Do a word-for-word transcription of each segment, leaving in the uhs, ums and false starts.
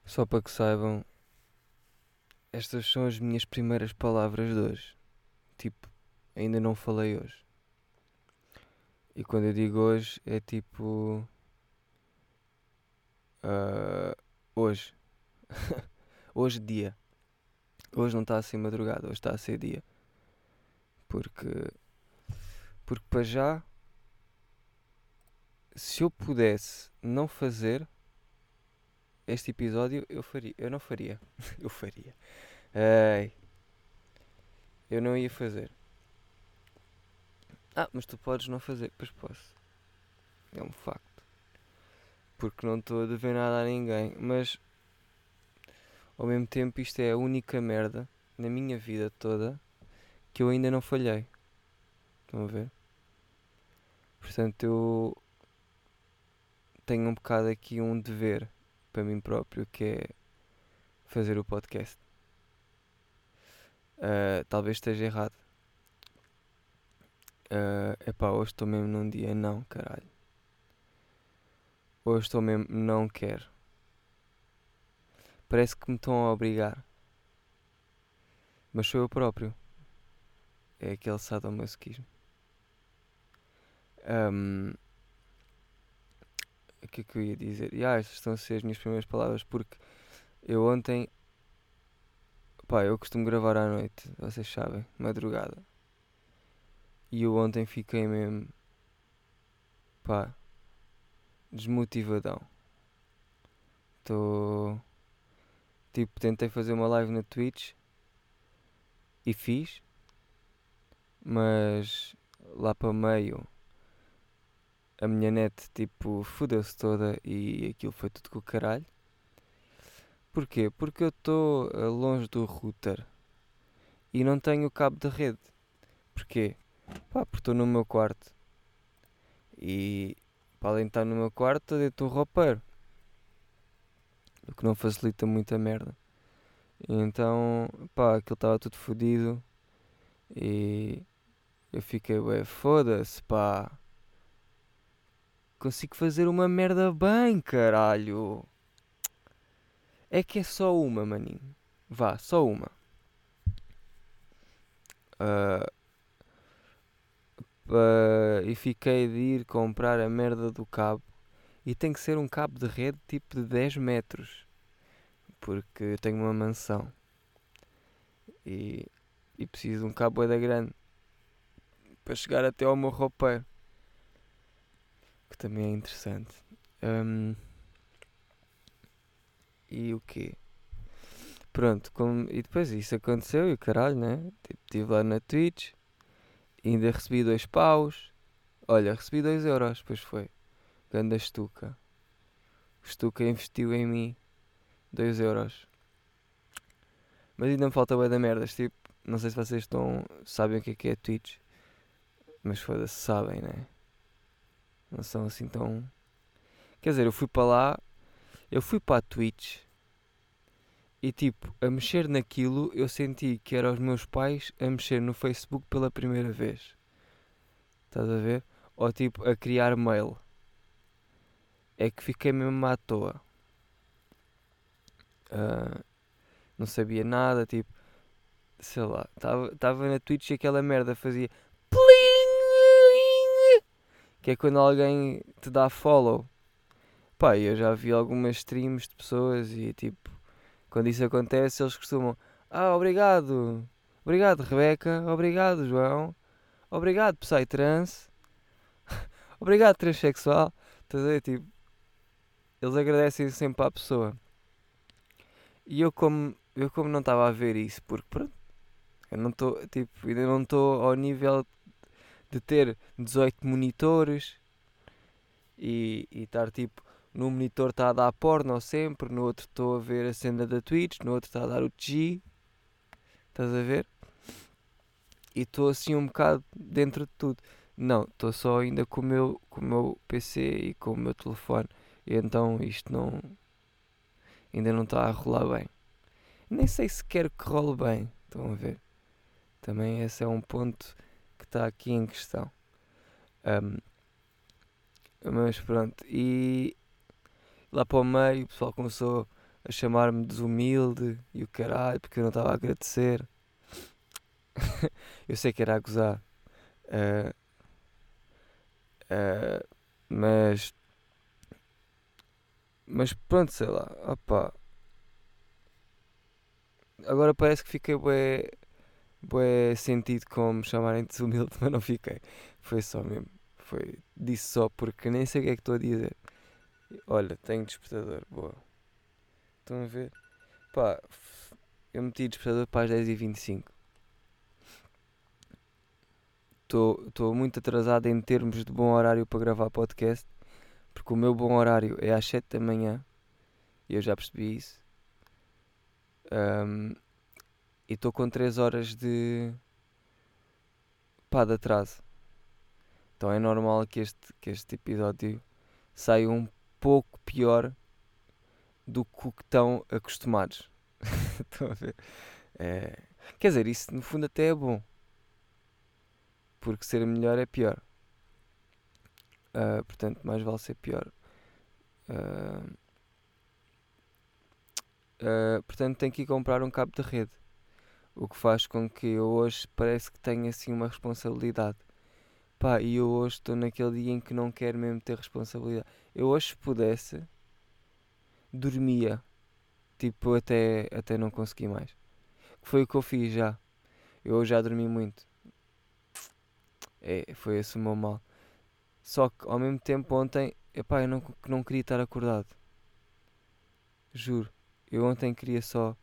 Só para que saibam, estas são as minhas primeiras palavras de hoje. Tipo, ainda não falei hoje. E quando eu digo hoje, é tipo. ah, hoje. Hoje, dia. Hoje não está a ser madrugada, hoje está a ser dia. Porque. Porque para já, se eu pudesse não fazer este episódio, eu faria. Eu não faria. eu faria. Ei, eu não ia fazer. Ah, mas tu podes não fazer. Pois posso. É um facto. Porque não estou a dever nada a ninguém. Mas ao mesmo tempo isto é a única merda na minha vida toda que eu ainda não falhei. Estão a ver? Portanto eu tenho um bocado aqui um dever para mim próprio que é fazer o podcast. Ah, talvez esteja errado. Ah, epá, hoje estou mesmo num dia não, caralho. Hoje estou mesmo não quero. Parece que me estão a obrigar. Mas sou eu próprio. É aquele sadomasoquismo. Um, o que é que eu ia dizer? E ah, estas estão a ser as minhas primeiras palavras porque eu ontem, pá, eu costumo gravar à noite, vocês sabem, madrugada. E eu ontem fiquei mesmo, pá, desmotivadão. Estou, tipo, tentei fazer uma live na Twitch e fiz, mas lá para meio a minha net, tipo, fodeu-se toda e aquilo foi tudo com o caralho. Porquê? Porque eu estou longe do router e não tenho cabo de rede. Porquê? Pá, porque estou no meu quarto. E para além de estar no meu quarto, estou dentro do roupeiro. O que não facilita muita merda. E então, pá, aquilo estava tudo fodido. E eu fiquei, ué, foda-se, pá. Consigo fazer uma merda bem, caralho. É que é só uma, maninho. Vá, só uma. Ah, pá, e fiquei de ir comprar a merda do cabo. E tem que ser um cabo de rede tipo de dez metros. Porque eu tenho uma mansão. E, e preciso de um cabo bué da grande para chegar até ao meu roupeiro. Que também é interessante. Hum, e o quê? Pronto, como, e depois isso aconteceu e o caralho, né? Tipo, estive lá na Twitch, ainda recebi dois paus. Olha, recebi dois euros, pois foi. Ganda Stuka. O Stuka investiu em mim dois euros. Mas ainda me falta bué da merdas, tipo, não sei se vocês estão, sabem o que é que é Twitch. Mas foda-se, sabem, né? Não são assim tão... Quer dizer, eu fui para lá, eu fui para a Twitch e tipo, a mexer naquilo eu senti que eram os meus pais a mexer no Facebook pela primeira vez. Estás a ver? Ou tipo, a criar mail. É que fiquei mesmo à toa. Ah, não sabia nada, tipo, sei lá, estava na Twitch e aquela merda fazia pling, que é quando alguém te dá follow. Pá, eu já vi algumas streams de pessoas e tipo, quando isso acontece eles costumam, ah, obrigado, obrigado Rebeca, obrigado João, obrigado Psytrance, obrigado transexual. Estás a ver? Tipo, eles agradecem sempre à pessoa. E eu como, eu como não estava a ver isso, porque pronto, eu não estou, tipo, ainda não estou ao nível de ter dezoito monitores e estar tipo, num monitor está a dar porno sempre, no outro estou a ver a cena da Twitch, no outro está a dar o G, estás a ver? E estou assim um bocado dentro de tudo. Não, estou só ainda com o meu, com o meu P C e com o meu telefone. E então isto não, ainda não está a rolar bem. Nem sei se quero que role bem. Estão a ver? Também esse é um ponto que está aqui em questão. Um, mas pronto, e lá para o meio o pessoal começou. a chamar-me desumilde e o caralho, porque eu não estava a agradecer. Eu sei que era a gozar. ah, ah, mas, mas pronto, sei lá. Opá, agora parece que fiquei bué, bué sentido com me chamarem de desumilde, mas não fiquei. Foi só mesmo. Foi, disse só porque nem sei o que é que estou a dizer. Olha, tenho despertador, boa. Estão a ver? Pá, f- eu meti despertador para as dez e vinte e cinco. Estou muito atrasado em termos de bom horário para gravar podcast, porque o meu bom horário é às sete da manhã, e eu já percebi isso. Ahm, e estou com três horas de, pá, de atraso. Então é normal que este, que este episódio saia um pouco pior do que o que estão acostumados. Estão a ver? É, quer dizer, isso no fundo até é bom, porque ser melhor é pior. Ah, portanto, mais vale ser pior. Ah, ah, portanto, tenho que ir comprar um cabo de rede. O que faz com que eu hoje parece que tenha assim uma responsabilidade. Pá, e eu hoje estou naquele dia em que não quero mesmo ter responsabilidade. Eu hoje, se pudesse, dormia. Tipo, até, até não consegui mais. Foi o que eu fiz já. Eu hoje já dormi muito. É, foi esse o meu mal. Só que ao mesmo tempo ontem, epá, eu não, não queria estar acordado. Juro. Eu ontem queria só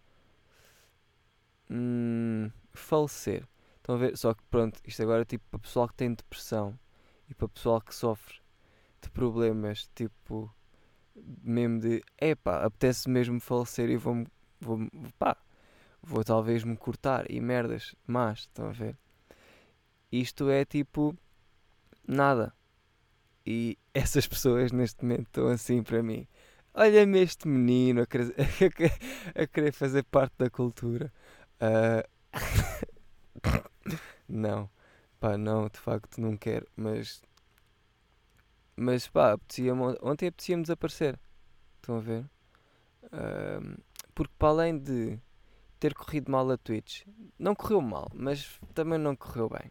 hum, falecer. Estão a ver? Só que pronto, isto agora é tipo para pessoal que tem depressão e para pessoal que sofre de problemas, tipo, mesmo de, epá, apetece mesmo falecer e vou-me, vou, pá, vou talvez me cortar e merdas, mas, estão a ver? Isto é tipo, nada. E essas pessoas neste momento estão assim para mim. Olha-me este menino a querer, a querer fazer parte da cultura. Ah, não, pá, não, de facto não quero, mas, mas pá, apetecia ontem apetecia-me desaparecer. Estão a ver? Ahm, porque para além de ter corrido mal a Twitch, não correu mal, mas também não correu bem.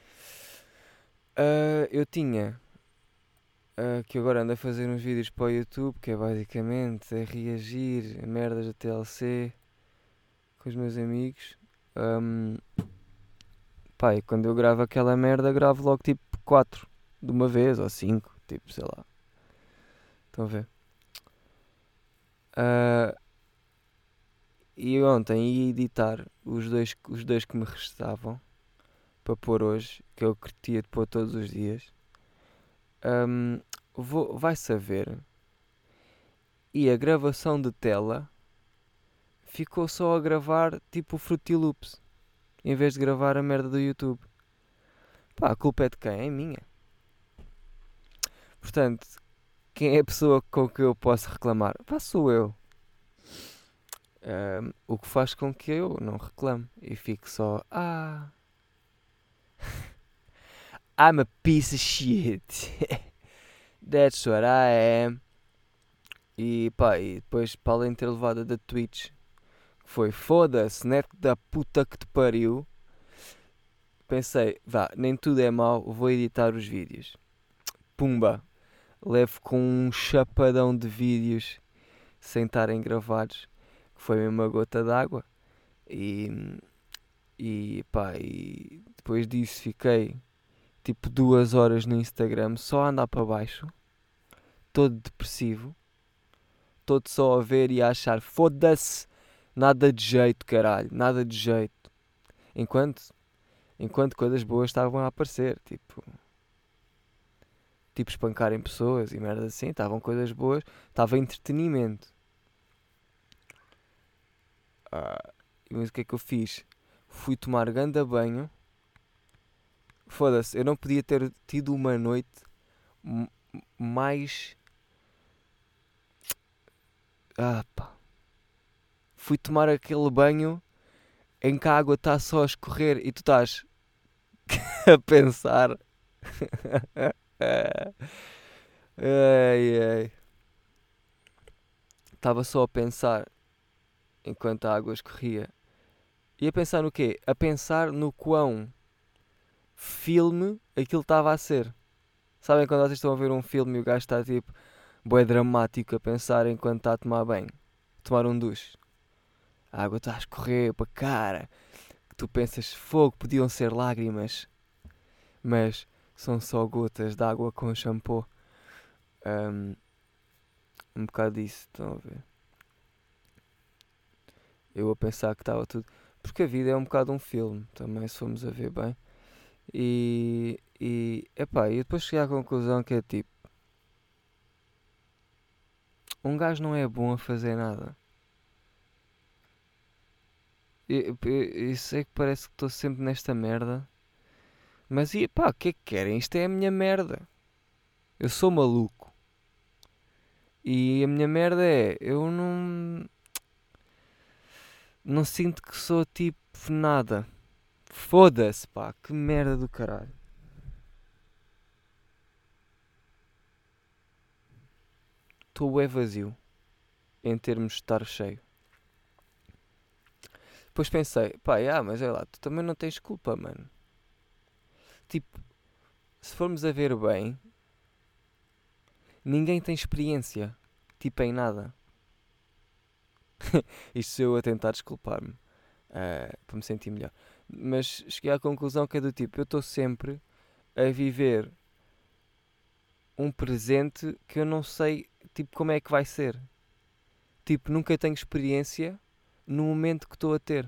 Ah, eu tinha, ah, que agora ando a fazer uns vídeos para o YouTube, que é basicamente a reagir a merdas da T L C com os meus amigos. Ahm, pá, e quando eu gravo aquela merda, gravo logo tipo quatro de uma vez, ou cinco, tipo, sei lá. Estão a ver? Ah, e ontem ia editar os dois, os dois que me restavam para pôr hoje, que eu curtia de pôr todos os dias. Ahm, vou, vai saber. E a gravação de tela ficou só a gravar tipo Fruity Loops, em vez de gravar a merda do YouTube. Pá, a culpa é de quem? É minha. Portanto, quem é a pessoa com que eu posso reclamar? Pá, sou eu. Ahm, o que faz com que eu não reclame e fique só, ah, I'm a piece of shit. That's what I am. E pá, e depois, para além de ter levado a da Twitch, foi foda-se, net da puta que te pariu. Pensei, vá, nem tudo é mau, vou editar os vídeos. Pumba, levo com um chapadão de vídeos sem estarem gravados, que foi mesmo uma gota d'água. E, e pá, e depois disso fiquei tipo duas horas no Instagram só a andar para baixo, todo depressivo, todo só a ver e a achar foda-se, nada de jeito, caralho, nada de jeito. Enquanto, enquanto coisas boas estavam a aparecer, tipo, tipo espancarem pessoas e merda assim, estavam coisas boas, estava entretenimento. Ah, mas o que é que eu fiz? Fui tomar ganda banho. Foda-se, eu não podia ter tido uma noite m- mais. Ah, pá. Fui tomar aquele banho em que a água está só a escorrer e tu estás a pensar. Ai, ai. Estava só a pensar. enquanto a água escorria. E a pensar no quê? A pensar no quão filme aquilo estava a ser. Sabem quando vocês estão a ver um filme e o gajo está tipo bué dramático a pensar enquanto está a tomar banho, tomar um duche. A água está a escorrer para a cara. Tu pensas, fogo, podiam ser lágrimas, mas são só gotas de água com shampoo. Um, um bocado disso, estão a ver? Eu a pensar que estava tudo. Porque a vida é um bocado um filme, também, se formos a ver bem. E. E. Epá, e depois cheguei à conclusão que é tipo. Um gajo não é bom a fazer nada. Eu, eu, eu sei que parece que estou sempre nesta merda. Mas e pá, o que é que querem? Isto é a minha merda. Eu sou maluco. E a minha merda é. Eu não. Não sinto que sou tipo nada. Foda-se, pá. Que merda do caralho. Estou é vazio. Em termos de estar cheio. Depois pensei, pá, ah, mas olha lá, tu também não tens culpa, mano. Tipo, se formos a ver bem, ninguém tem experiência. Tipo, em nada. Isto sou eu a tentar desculpar-me. Uh, para me sentir melhor. Mas cheguei à conclusão que é do tipo, eu estou sempre a viver um presente que eu não sei, tipo, como é que vai ser. Tipo, nunca tenho experiência no momento que estou a ter.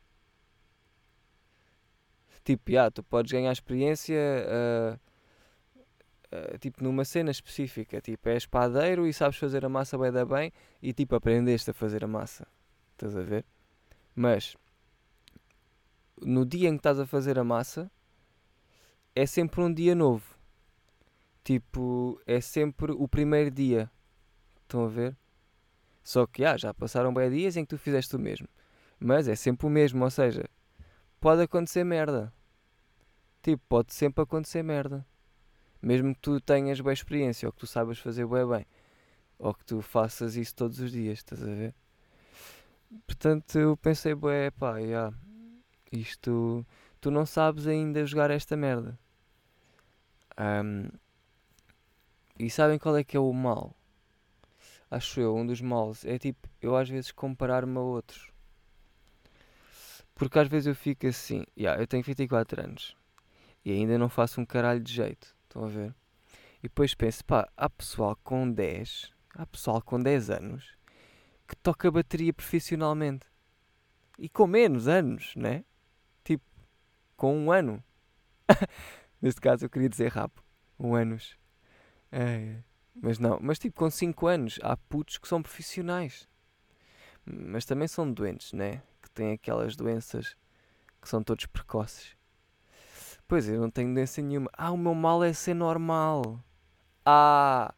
Tipo, já, tu podes ganhar experiência uh, uh, tipo numa cena específica. Tipo, és padeiro e sabes fazer a massa bem da bem e tipo, aprendeste a fazer a massa. Estás a ver? Mas, no dia em que estás a fazer a massa, é sempre um dia novo. Tipo, é sempre o primeiro dia. Estão a ver? Só que ah, já passaram bem dias em que tu fizeste o mesmo. Mas é sempre o mesmo, ou seja, pode acontecer merda. Tipo, pode sempre acontecer merda. Mesmo que tu tenhas boa experiência, ou que tu saibas fazer bem bem, ou que tu faças isso todos os dias, estás a ver? Portanto, eu pensei, bué, pá, yeah, isto, tu não sabes ainda jogar esta merda. Um, e sabem qual é que é o mal? Acho eu, um dos males. É tipo, eu às vezes comparar-me a outros. Porque às vezes eu fico assim, yeah, eu tenho vinte e quatro anos e ainda não faço um caralho de jeito. Estão a ver? E depois penso, pá, há pessoal com dez, há pessoal com dez anos que toca bateria profissionalmente. E com menos anos, né? Tipo, com um ano. Neste caso eu queria dizer rápido. Um anos. É, mas não, mas tipo, com cinco anos há putos que são profissionais. Mas também são doentes, né? Que têm aquelas doenças que são todos precoces. Pois eu não tenho doença nenhuma. Ah, o meu mal é ser normal. Ah,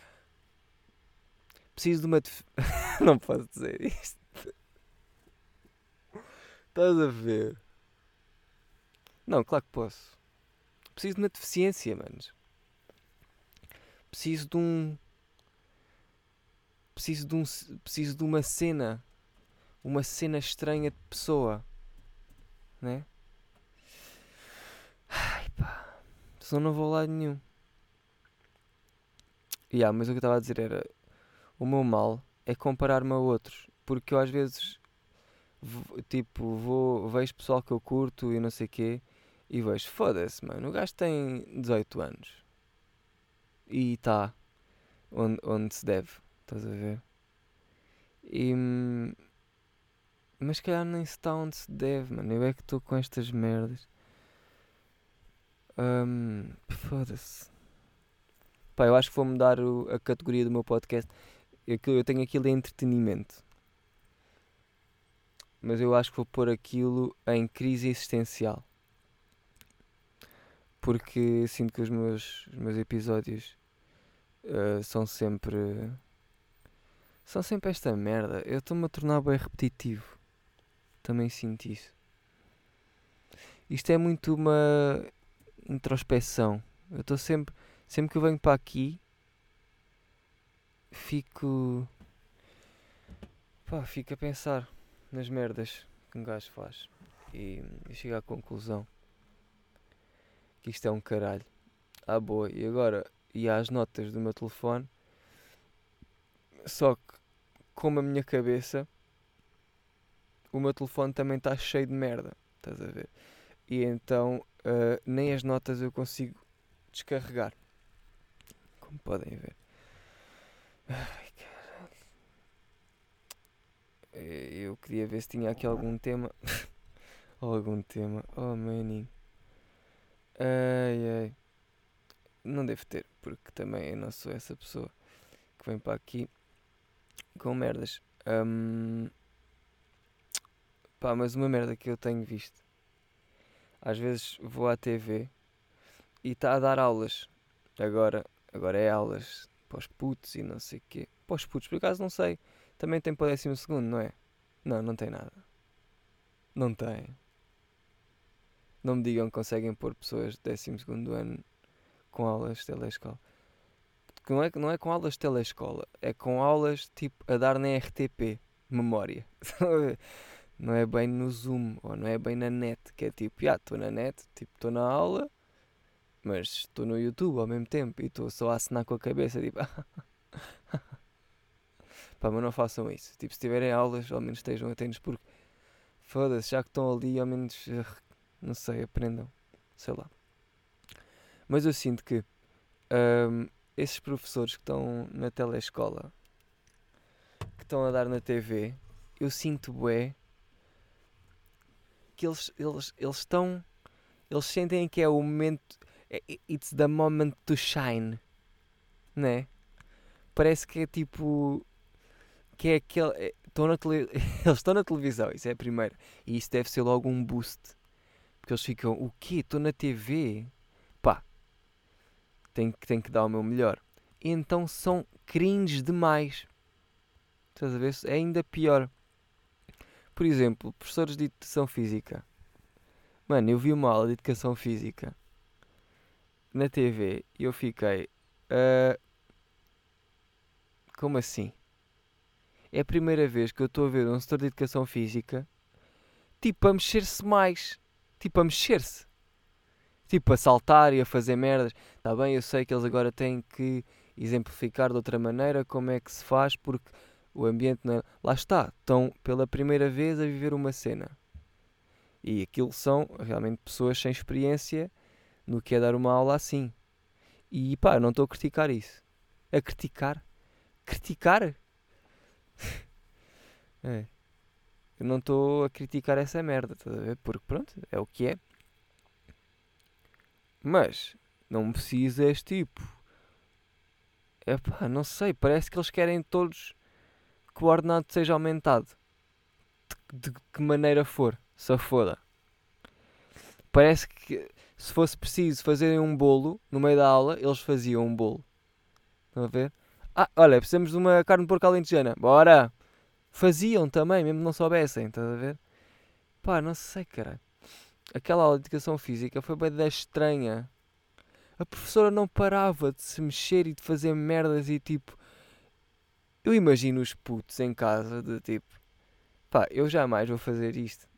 preciso de uma. Def... não posso dizer isto. Estás a ver? Não, claro que posso. Preciso de uma deficiência, manos. Preciso de um. Preciso de um. Preciso de uma cena. Uma cena estranha de pessoa. Né? Ai pá. Senão não vou a lado nenhum. Yeah, mas o que eu estava a dizer era. O meu mal é comparar-me a outros. Porque eu às vezes. Tipo, vou, vejo pessoal que eu curto e não sei o quê. E vejo, foda-se, mano. O gajo tem dezoito anos. E está onde, onde se deve. Estás a ver? E, mas se calhar nem se está onde se deve, mano. Eu é que estou com estas merdas. Um, Foda-se. Pá, eu acho que vou mudar o, a categoria do meu podcast. Eu, eu tenho aquilo de entretenimento. Mas eu acho que vou pôr aquilo em crise existencial. Porque sinto que os meus, os meus episódios uh, são sempre. São sempre esta merda. Eu estou-me a tornar bem repetitivo. Também sinto isso. Isto é muito uma introspeção. Eu estou sempre. Sempre que eu venho para aqui, fico. Pá, fico a pensar. nas merdas que um gajo faz. E, e chego à conclusão que isto é um caralho. Ah, boa. E agora ia às notas do meu telefone. Só que, como a minha cabeça, o meu telefone também está cheio de merda. Estás a ver? E então uh, nem as notas eu consigo descarregar. Como podem ver. Ai, caralho. Eu queria ver se tinha aqui algum tema. algum tema. Oh, maninho. Ai, ai. Não devo ter, porque também eu não sou essa pessoa que vem para aqui com merdas. Um, pá, mas uma merda que eu tenho visto. Às vezes vou à T V e está a dar aulas. Agora, agora é aulas para os putos e não sei o quê. Para os putos, por acaso não sei. Também tem para o décimo segundo, não é? Não, não tem nada. Não tem. Não me digam que conseguem pôr pessoas de décimo segundo ano com aulas de telescola. Não é, não é com aulas de telescola, é com aulas tipo a dar na R T P, memória. Não é bem no Zoom, ou não é bem na net, que é tipo, já, estou na net, tipo, estou na aula, mas estou no YouTube ao mesmo tempo e estou só a assinar com a cabeça, tipo, pá, mas não façam isso. Tipo, se tiverem aulas, ao menos estejam atentos, porque foda-se, já que estão ali, ao menos, uh, não sei, aprendam, sei lá. Mas eu sinto que um, esses professores que estão na telescola, que estão a dar na T V, eu sinto bué que eles, eles, eles estão, eles sentem que é o momento, it's the moment to shine, né? Parece que é tipo, que é aquele, é, estão na tele, eles estão na televisão, isso é a primeira, e isso deve ser logo um boost, porque eles ficam, o quê? Estou na T V? Pá, tenho, tenho que dar o meu melhor. E então são cringe demais. Estás a ver? É ainda pior. Por exemplo, professores de educação física. Mano, eu vi uma aula de educação física na T V e eu fiquei... Uh, como assim? É a primeira vez que eu estou a ver um setor de educação física tipo a mexer-se mais. Tipo a mexer-se. Tipo a saltar e a fazer merdas. Está bem, eu sei que eles agora têm que exemplificar de outra maneira como é que se faz porque o ambiente não é... Lá está, estão pela primeira vez a viver uma cena. E aquilo são realmente pessoas sem experiência no que é dar uma aula assim. E pá, não estou a criticar isso. A criticar? Criticar? É. Eu não estou a criticar essa merda, estás a ver? Porque pronto, é o que é. Mas não precisas tipo. É pá, não sei, parece que eles querem todos que o ordenado seja aumentado. De, de que maneira for, se foda. Parece que se fosse preciso fazerem um bolo no meio da aula, eles faziam um bolo. Estão a ver? Ah, olha, precisamos de uma carne de porco alentejana. Bora! Faziam também, mesmo que não soubessem, estás a ver? Pá, não sei, caralho. Aquela aula de educação física foi bem da estranha. A professora não parava de se mexer e de fazer merdas e tipo... Eu imagino os putos em casa de tipo... Pá, eu jamais vou fazer isto.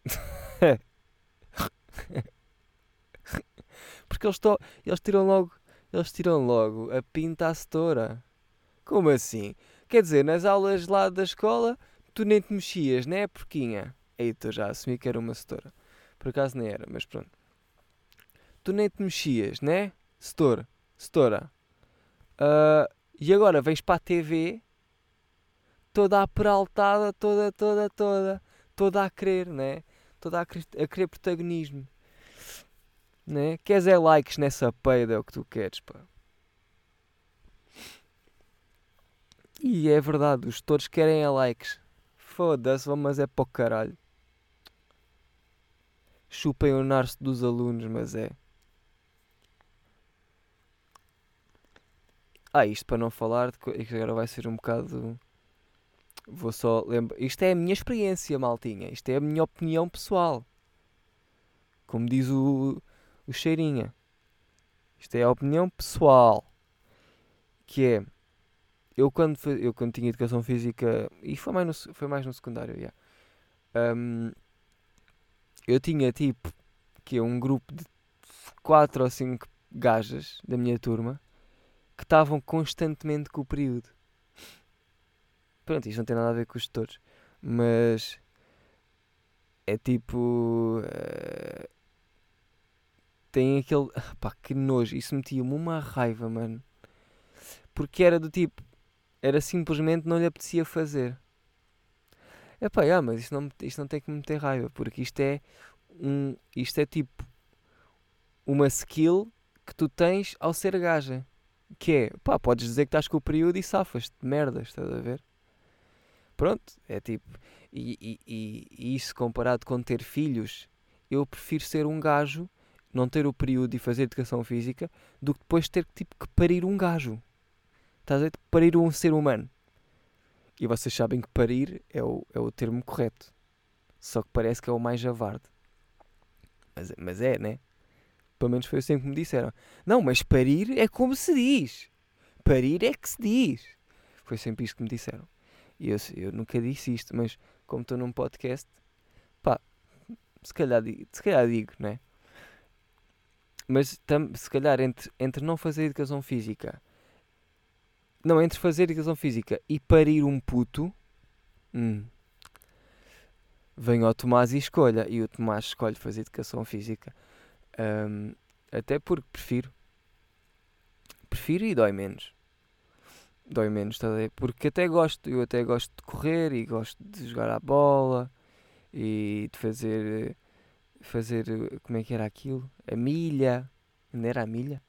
Porque eles, to- eles tiram logo... Eles tiram logo a pinta à setora. Como assim? Quer dizer, nas aulas lá da escola, tu nem te mexias, né, porquinha? Eita, já assumi que era uma setora. Por acaso nem era, mas pronto. Tu nem te mexias, né? Setora. Setora. Ah, e agora vens para a T V, toda a peraltada, toda, toda, toda. Toda a querer, né? Toda a querer, a querer protagonismo. Né? Queres é likes nessa peida, é o que tu queres, pá. E é verdade, os todos querem é likes. Foda-se, mas é para o caralho. Chupem o narce dos alunos, mas é. Ah, isto para não falar, de co- isto agora vai ser um bocado. Vou só lembrar. Isto é a minha experiência, maltinha. Isto é a minha opinião pessoal. Como diz o, o Cheirinha. Isto é a opinião pessoal. Que é. Eu quando, fa- eu quando tinha educação física. E foi mais no, se- foi mais no secundário, yeah. hum, eu tinha tipo que é um grupo de quatro ou cinco gajas da minha turma que estavam constantemente com o período. Pronto, isto não tem nada a ver com os tutores, mas é tipo. eh, tem aquele. ah, Pá, que nojo. Isso metia-me uma raiva, mano. Porque era do tipo. Era simplesmente não lhe apetecia fazer. Epá, ah, mas isto não, me- isto não tem que me meter raiva, porque isto é um. Isto é tipo uma skill que tu tens ao ser gaja. Que é, pá, podes dizer que estás com o período e safas-te de merdas, estás a ver? Pronto, é tipo. E, e, e, e isso comparado com ter filhos, eu prefiro ser um gajo, não ter o período e fazer educação física, do que depois ter tipo, que parir um gajo. Estás a ver? Parir um ser humano. E vocês sabem que parir é o, é o termo correto. Só que parece que é o mais javarde. Mas, mas é, né? Pelo menos foi assim que me disseram. Não, mas parir é como se diz. Parir é que se diz. Foi sempre isto que me disseram. E eu, eu nunca disse isto, mas como estou num podcast, pá, se calhar, se calhar digo, né? Mas tam, se calhar entre, entre não fazer educação física, não, entre fazer educação física e parir um puto, hum, vem ao Tomás e escolha. E o Tomás escolhe fazer educação física. Hum, até porque prefiro. Prefiro e dói menos. Dói menos, tá a ver? Porque até gosto, eu até gosto de correr e gosto de jogar à bola e de fazer, fazer, como é que era aquilo? A milha, não era a milha?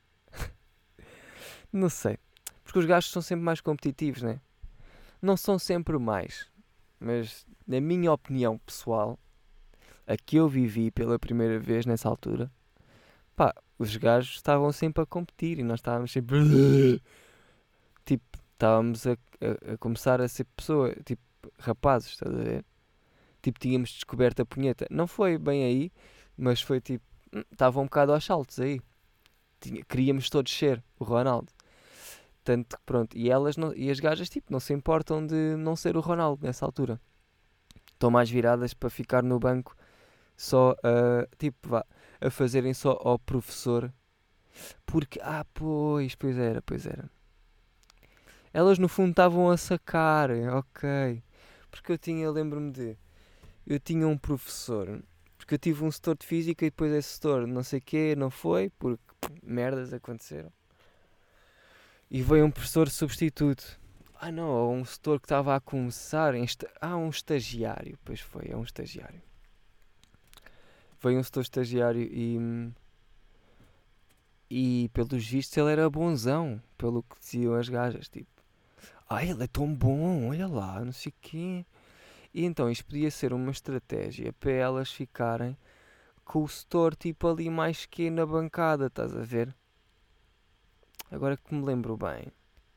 Não sei, porque os gajos são sempre mais competitivos, né? Não são sempre mais, mas na minha opinião pessoal, a que eu vivi pela primeira vez nessa altura, pá, os gajos estavam sempre a competir e nós estávamos sempre, tipo, estávamos a, a, a começar a ser pessoa, tipo, rapazes, estás a ver? Tipo, tínhamos descoberto a punheta. Não foi bem aí, mas foi tipo, hum, estava um bocado aos saltos aí. Tinha- queríamos todos ser o Ronaldo. Tanto que pronto, e elas não- e as gajas tipo, não se importam de não ser o Ronaldo nessa altura. Estão mais viradas para ficar no banco só a, tipo, vá, a fazerem só ao professor. Porque, ah, pois, pois era, pois era. Elas no fundo estavam a sacar, ok. Porque eu tinha, eu lembro-me de, eu tinha um professor, porque eu tive um setor de física e depois esse setor não sei o quê, não foi, porque merdas aconteceram. E veio um professor substituto. Ah não, ou um setor que estava a começar. Em esta... Ah, um estagiário. Pois foi, é um estagiário. Veio um setor estagiário e. E pelos vistos ele era bonzão. Pelo que diziam as gajas. Tipo, ah, ele é tão bom, olha lá, não sei o quê. E então isto podia ser uma estratégia para elas ficarem com o setor tipo ali mais que na bancada, estás a ver? Agora que me lembro bem.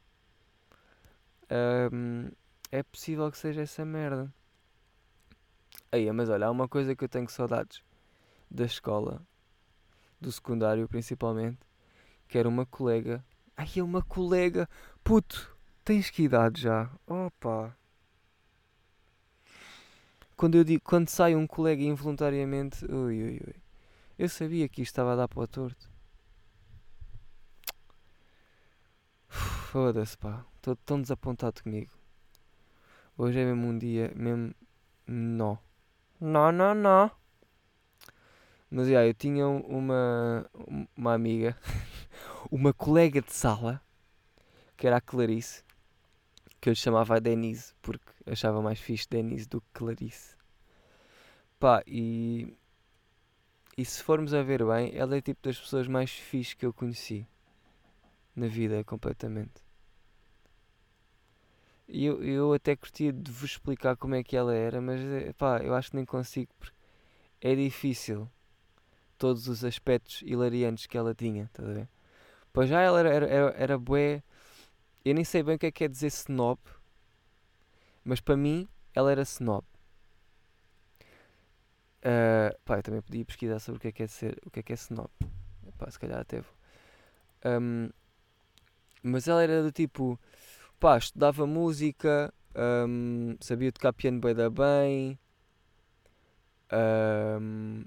Ahm, é possível que seja essa merda. Aí, mas olha, há uma coisa que eu tenho saudades da escola, do secundário principalmente, que era uma colega. Ai, é uma colega! Puto, tens que idade já? Opa! Quando eu digo, quando sai um colega involuntariamente, ui, ui, ui. Eu sabia que isto estava a dar para o torto. Foda-se, pá. Estou tão desapontado comigo. Hoje é mesmo um dia, mesmo. Não. Não, não, não. Mas, já, eu tinha um- uma, uma amiga, uma colega de sala, que era a Clarice, que eu lhe chamava a Denise, porque achava mais fixe Denise do que Clarice. Pá, e, e se formos a ver bem, ela é tipo das pessoas mais fixe que eu conheci na vida, completamente. E eu, eu até curtia de vos explicar como é que ela era, mas eh, pá, eu acho que nem consigo, porque é difícil todos os aspectos hilariantes que ela tinha, estás a ver? Pois já ela era, era, era, era bué, eu nem sei bem o que é que é dizer snob, mas para mim ela era snob. Ah, pá, eu também podia pesquisar sobre o que é que é ser, o que é que é snob. Pá, se calhar até vou. Ahm, mas ela era do tipo, pá, estudava música, ahm, sabia tocar piano bué da bem, Ahm,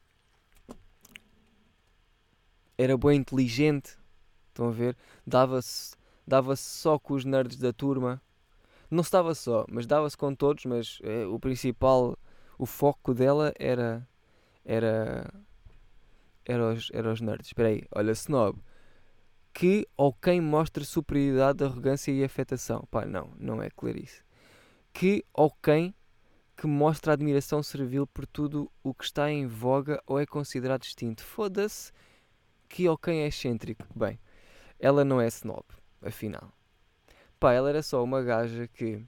era bem inteligente, estão a ver? Dava-se dava-se só com os nerds da turma. Não se dava só, mas dava-se com todos, mas eh, o principal, o foco dela era era era os, era os nerds. Espera aí, olha, snob. Que ou quem mostra superioridade, arrogância e afetação. Pá, não, não é clarice. Que ou quem que mostra admiração servil por tudo o que está em voga ou é considerado distinto. Foda-se. Que ou quem é excêntrico. Bem, ela não é snob, afinal. Pá, ela era só uma gaja que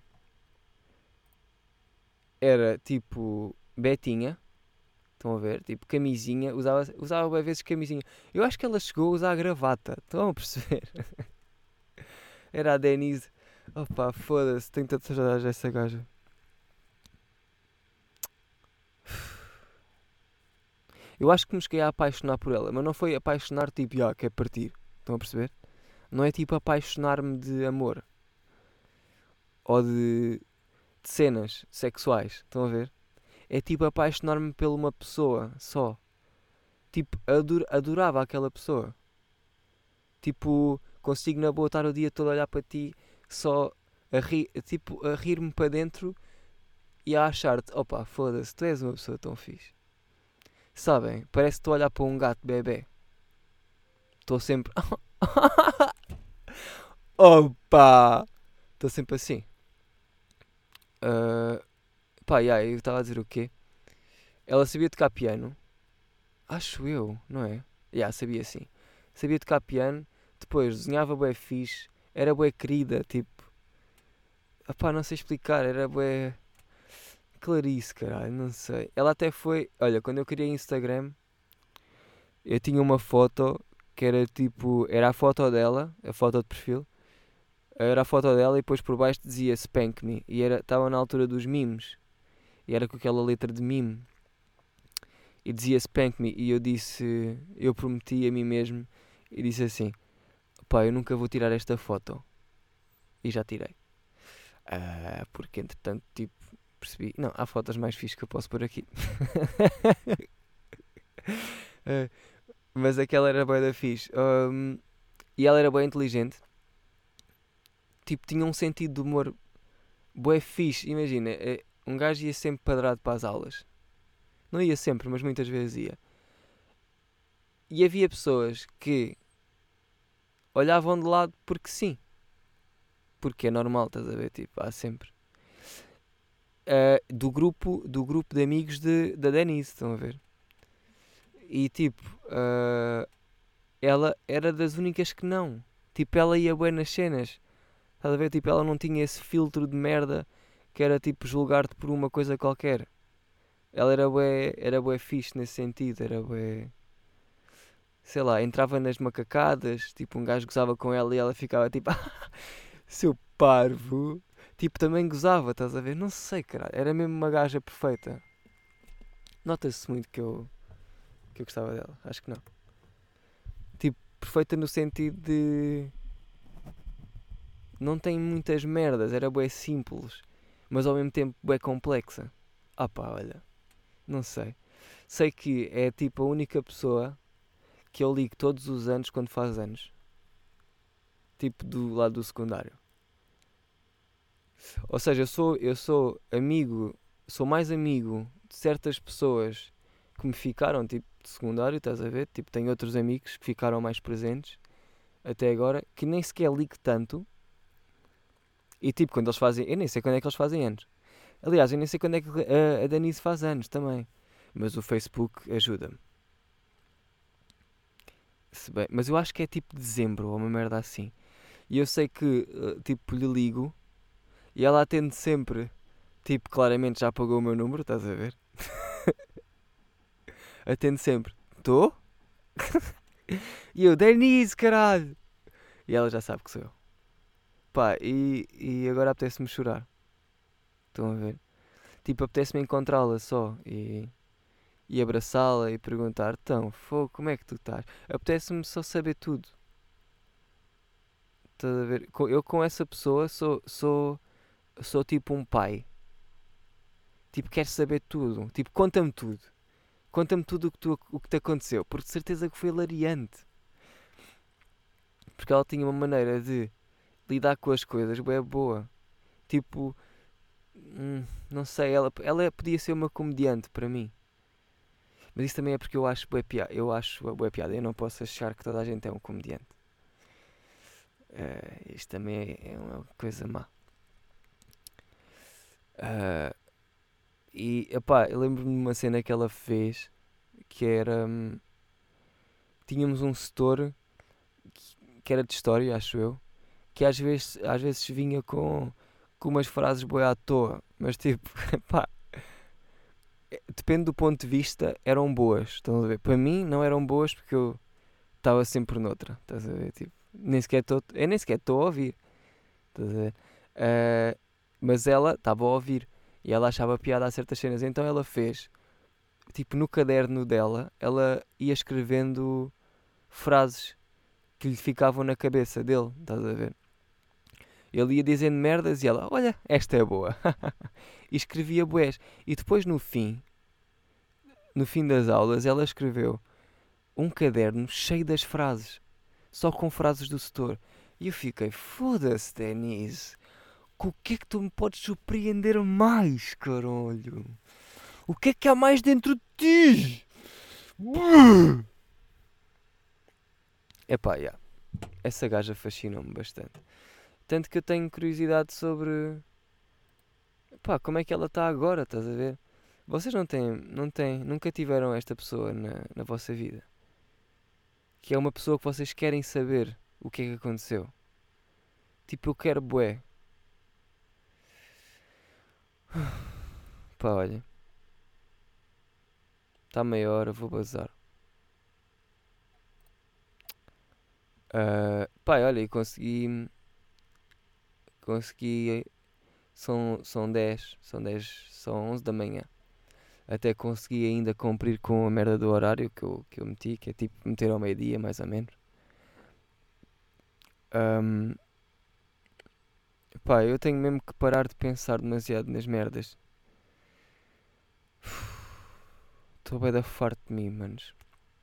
era tipo betinha. Estão a ver? Tipo camisinha. Usava, usava bem vezes camisinha. Eu acho que ela chegou a usar gravata. Estão a perceber? Era a Denise. Opa, foda-se. Tenho tantas saudades dessa gaja. Eu acho que me cheguei a apaixonar por ela. Mas não foi apaixonar tipo, ah, quer partir. Estão a perceber? Não é tipo apaixonar-me de amor. Ou de, de cenas sexuais. Estão a ver? É tipo apaixonar-me por uma pessoa só. Tipo, ador- adorava aquela pessoa. Tipo, consigo na boa estar o dia todo a olhar para ti, só a rir, tipo, a rir-me para dentro e a achar-te, opa, foda-se, tu és uma pessoa tão fixe. Sabem? Parece que estou a olhar para um gato bebê. Estou sempre. Opa! Estou sempre assim. Ah, pá, yeah, eu estava a dizer o quê? Ela sabia tocar piano. Acho eu, não é? Já, sabia sim. Sabia tocar piano. Depois desenhava bué fixe. Era bué querida, tipo. Opá, não sei explicar. Era bué. Clarice, caralho, não sei. Ela até foi. Olha, quando eu criei Instagram, eu tinha uma foto que era tipo. Era a foto dela, a foto de perfil. Era a foto dela e depois por baixo dizia Spank Me. E estava na altura dos memes. E era com aquela letra de meme. E dizia Spank Me. E eu disse. Eu prometi a mim mesmo. E disse assim: pá, eu nunca vou tirar esta foto. E já tirei. Ah, porque entretanto, tipo, percebi. Não, há fotos mais fixes que eu posso pôr aqui. Ah, mas aquela era bué da fixe. Ahm, e ela era bem inteligente. Tipo, tinha um sentido de humor bué fixe. Imagina, eh, um gajo ia sempre padrado para as aulas. Não ia sempre, mas muitas vezes ia. E havia pessoas que olhavam de lado porque sim. Porque é normal, estás a ver? Tipo, há sempre. Ah, do, grupo, do grupo de amigos de, da Denise, estão a ver? E tipo, ah, ela era das únicas que não. Tipo, ela ia bem nas cenas. Estás a ver? Tipo, ela não tinha esse filtro de merda que era tipo julgar-te por uma coisa qualquer. Ela era bué, era bué fixe nesse sentido. Era bué. Sei lá, entrava nas macacadas. Tipo, um gajo gozava com ela e ela ficava tipo, seu parvo. Tipo, também gozava, estás a ver? Não sei, caralho. Era mesmo uma gaja perfeita. Nota-se muito que eu, que eu gostava dela. Acho que não. Tipo, perfeita no sentido de. Não tem muitas merdas. Era bué simples. Mas ao mesmo tempo bué complexa. Ah pá, olha. Não sei. Sei que é tipo a única pessoa que eu ligo todos os anos quando faz anos. Tipo do lado do secundário. Ou seja, eu sou, eu sou amigo, sou mais amigo de certas pessoas que me ficaram tipo de secundário, estás a ver? Tipo, tenho outros amigos que ficaram mais presentes até agora, que nem sequer ligo tanto. E tipo, quando eles fazem, eu nem sei quando é que eles fazem anos. Aliás, eu nem sei quando é que a, a Denise faz anos também. Mas o Facebook ajuda-me. Se bem- mas eu acho que é tipo dezembro ou uma merda assim. E eu sei que, eh, tipo, lhe ligo e ela atende sempre. Tipo, claramente já pagou o meu número, estás a ver? Atende sempre. Tô? E eu, Denise, caralho! E ela já sabe que sou eu. Pá, e, e agora apetece-me chorar. Estão a ver? Tipo, apetece-me encontrá-la só e, e abraçá-la e perguntar: então, fogo, como é que tu estás? Apetece-me só saber tudo. Estás a ver? Co- Eu com essa pessoa sou, sou, sou tipo um pai. Tipo, quer saber tudo. Tipo, conta-me tudo. Conta-me tudo o que, tu, o que te aconteceu. Porque de certeza que foi hilariante. Porque ela tinha uma maneira de lidar com as coisas bem boa. Tipo, hum, não sei, ela, ela podia ser uma comediante para mim. Mas isso também é porque eu acho bué piada. Eu acho bué piada. Eu não posso achar que toda a gente é um comediante. Uh, isto também é, é uma coisa má. Uh, e, epá, eu lembro-me de uma cena que ela fez que era... hum, tínhamos um setor que, que era de história, acho eu, que às vezes, às vezes vinha com, com umas frases boas à toa. Mas tipo, pá, depende do ponto de vista, eram boas. Estão a ver? Para mim não eram boas porque eu estava sempre noutra. Estás a ver? Tipo, nem sequer estou... Eu nem sequer estou a ouvir. Estás a ver? Uh, mas ela estava a ouvir e ela achava piada a certas cenas. Então ela fez, tipo, no caderno dela, ela ia escrevendo frases que lhe ficavam na cabeça dele. Estás a ver? Ele ia dizendo merdas e ela, olha, esta é boa. E escrevia bués. E depois no fim, no fim das aulas, ela escreveu um caderno cheio das frases. Só com frases do setor. E eu fiquei, foda-se, Denise. Com o que é que tu me podes surpreender mais, caralho? O que é que há mais dentro de ti? Epá, yeah. Essa gaja fascinou-me bastante. Tanto que eu tenho curiosidade sobre... Epá, como é que ela está agora, estás a ver? Vocês não têm, não têm, nunca tiveram esta pessoa na, na vossa vida? Que é uma pessoa que vocês querem saber o que é que aconteceu. Tipo, eu quero bué. Pá, olha. Está meia hora, vou bazar. Uh, pá, olha, e consegui... Consegui... São, são dez, são dez, são onze da manhã. Até consegui ainda cumprir com a merda do horário que eu, que eu meti, que é tipo meter ao meio-dia, mais ou menos. Um, pá, eu tenho mesmo que parar de pensar demasiado nas merdas. Estou bem da farto de mim, manos.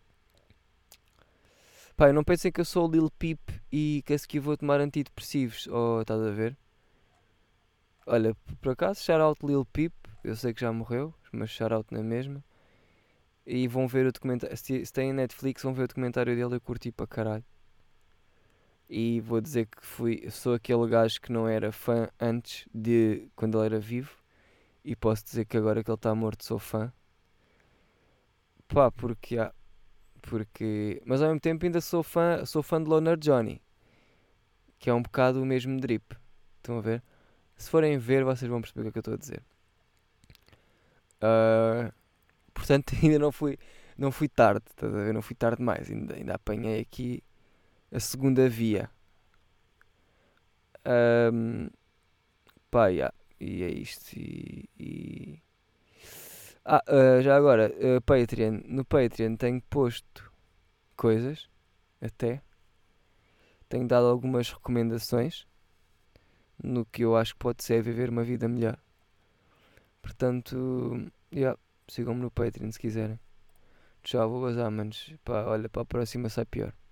Pá, não pensem que eu sou o Lil Peep e que a seguir vou tomar antidepressivos. Oh, estás a ver? Olha, por acaso, shout out Lil Peep. Eu sei que já morreu, mas shout out na mesma. E vão ver o documentário. Se, se tem Netflix, vão ver o documentário dele. Eu curti para caralho. E vou dizer que fui, sou aquele gajo que não era fã antes de quando ele era vivo. E posso dizer que agora que ele está morto sou fã. Pá, porque há. Porque... Mas ao mesmo tempo ainda sou fã, sou fã de Loner Johnny. Que é um bocado o mesmo drip. Estão a ver? Se forem ver, vocês vão perceber o que é que eu estou a dizer. Uh, portanto, ainda não fui, não fui tarde. Estás a ver? Não fui tarde demais. Ainda, ainda apanhei aqui a segunda via. Um, pá, yeah. E é isto. E, e... Ah, uh, já agora, uh, Patreon. No Patreon tenho posto coisas, até. Tenho dado algumas recomendações no que eu acho que pode ser viver uma vida melhor. Portanto, yeah, sigam-me no Patreon se quiserem. Tchau, vou bazar, manos. Pá, olha, para a próxima sai pior.